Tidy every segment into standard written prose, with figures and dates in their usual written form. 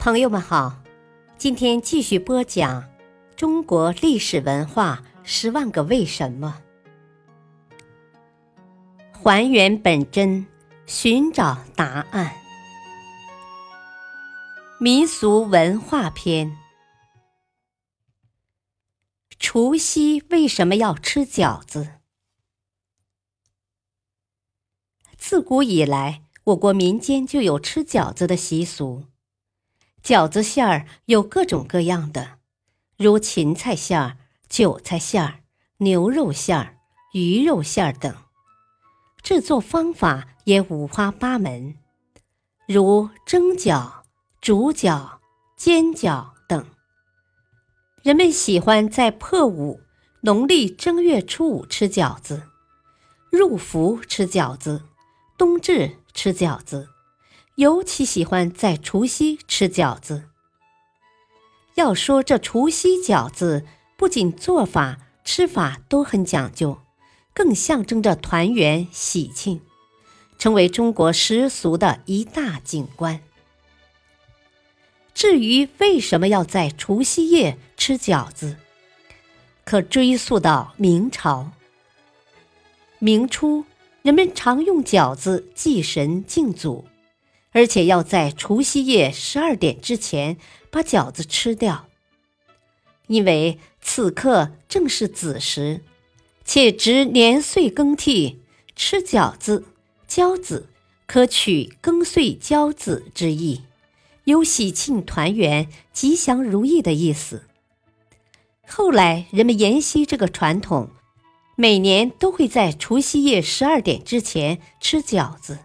朋友们好，今天继续播讲中国历史文化10万个为什么，还原本真，寻找答案。民俗文化篇。除夕为什么要吃饺子？自古以来，我国民间就有吃饺子的习俗。饺子馅儿有各种各样的，如芹菜馅儿、韭菜馅儿、牛肉馅儿、鱼肉馅儿等。制作方法也五花八门，如蒸饺、煮饺、煎饺等。人们喜欢在破五、农历正月初五吃饺子，入伏吃饺子，冬至吃饺子，尤其喜欢在除夕吃饺子。要说这除夕饺子，不仅做法、吃法都很讲究，更象征着团圆喜庆，成为中国习俗的一大景观。至于为什么要在除夕夜吃饺子，可追溯到明朝。明初，人们常用饺子祭神敬祖，而且要在除夕夜12点之前把饺子吃掉，因为此刻正是子时，且值年岁更替，吃饺子、交子可取更岁交子之意，有喜庆团圆、吉祥如意的意思。后来人们沿袭这个传统，每年都会在除夕夜12点之前吃饺子。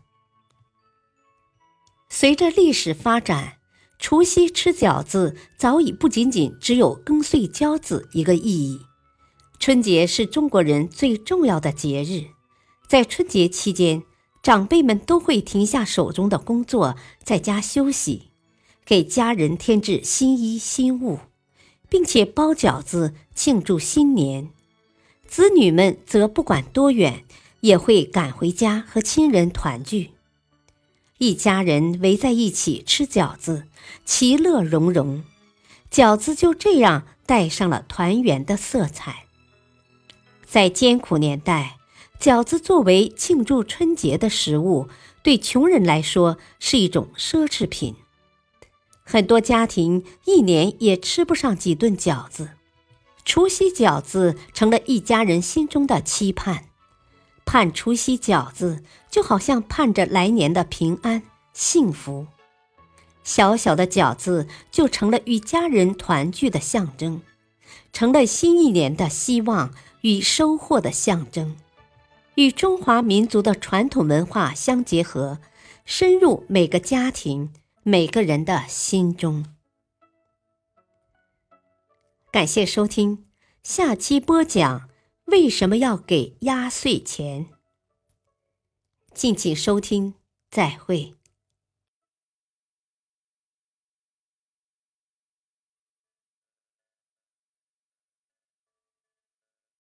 随着历史发展，除夕吃饺子早已不仅仅只有更岁交子一个意义。春节是中国人最重要的节日，在春节期间，长辈们都会停下手中的工作，在家休息，给家人添置新衣新物，并且包饺子庆祝新年。子女们则不管多远，也会赶回家和亲人团聚。一家人围在一起吃饺子，其乐融融，饺子就这样带上了团圆的色彩。在艰苦年代，饺子作为庆祝春节的食物，对穷人来说是一种奢侈品。很多家庭一年也吃不上几顿饺子，除夕饺子成了一家人心中的期盼。盼除夕饺子，就好像盼着来年的平安幸福。小小的饺子就成了与家人团聚的象征，成了新一年的希望与收获的象征，与中华民族的传统文化相结合，深入每个家庭、每个人的心中。感谢收听，下期播讲为什么要给压岁钱？敬请收听，再会。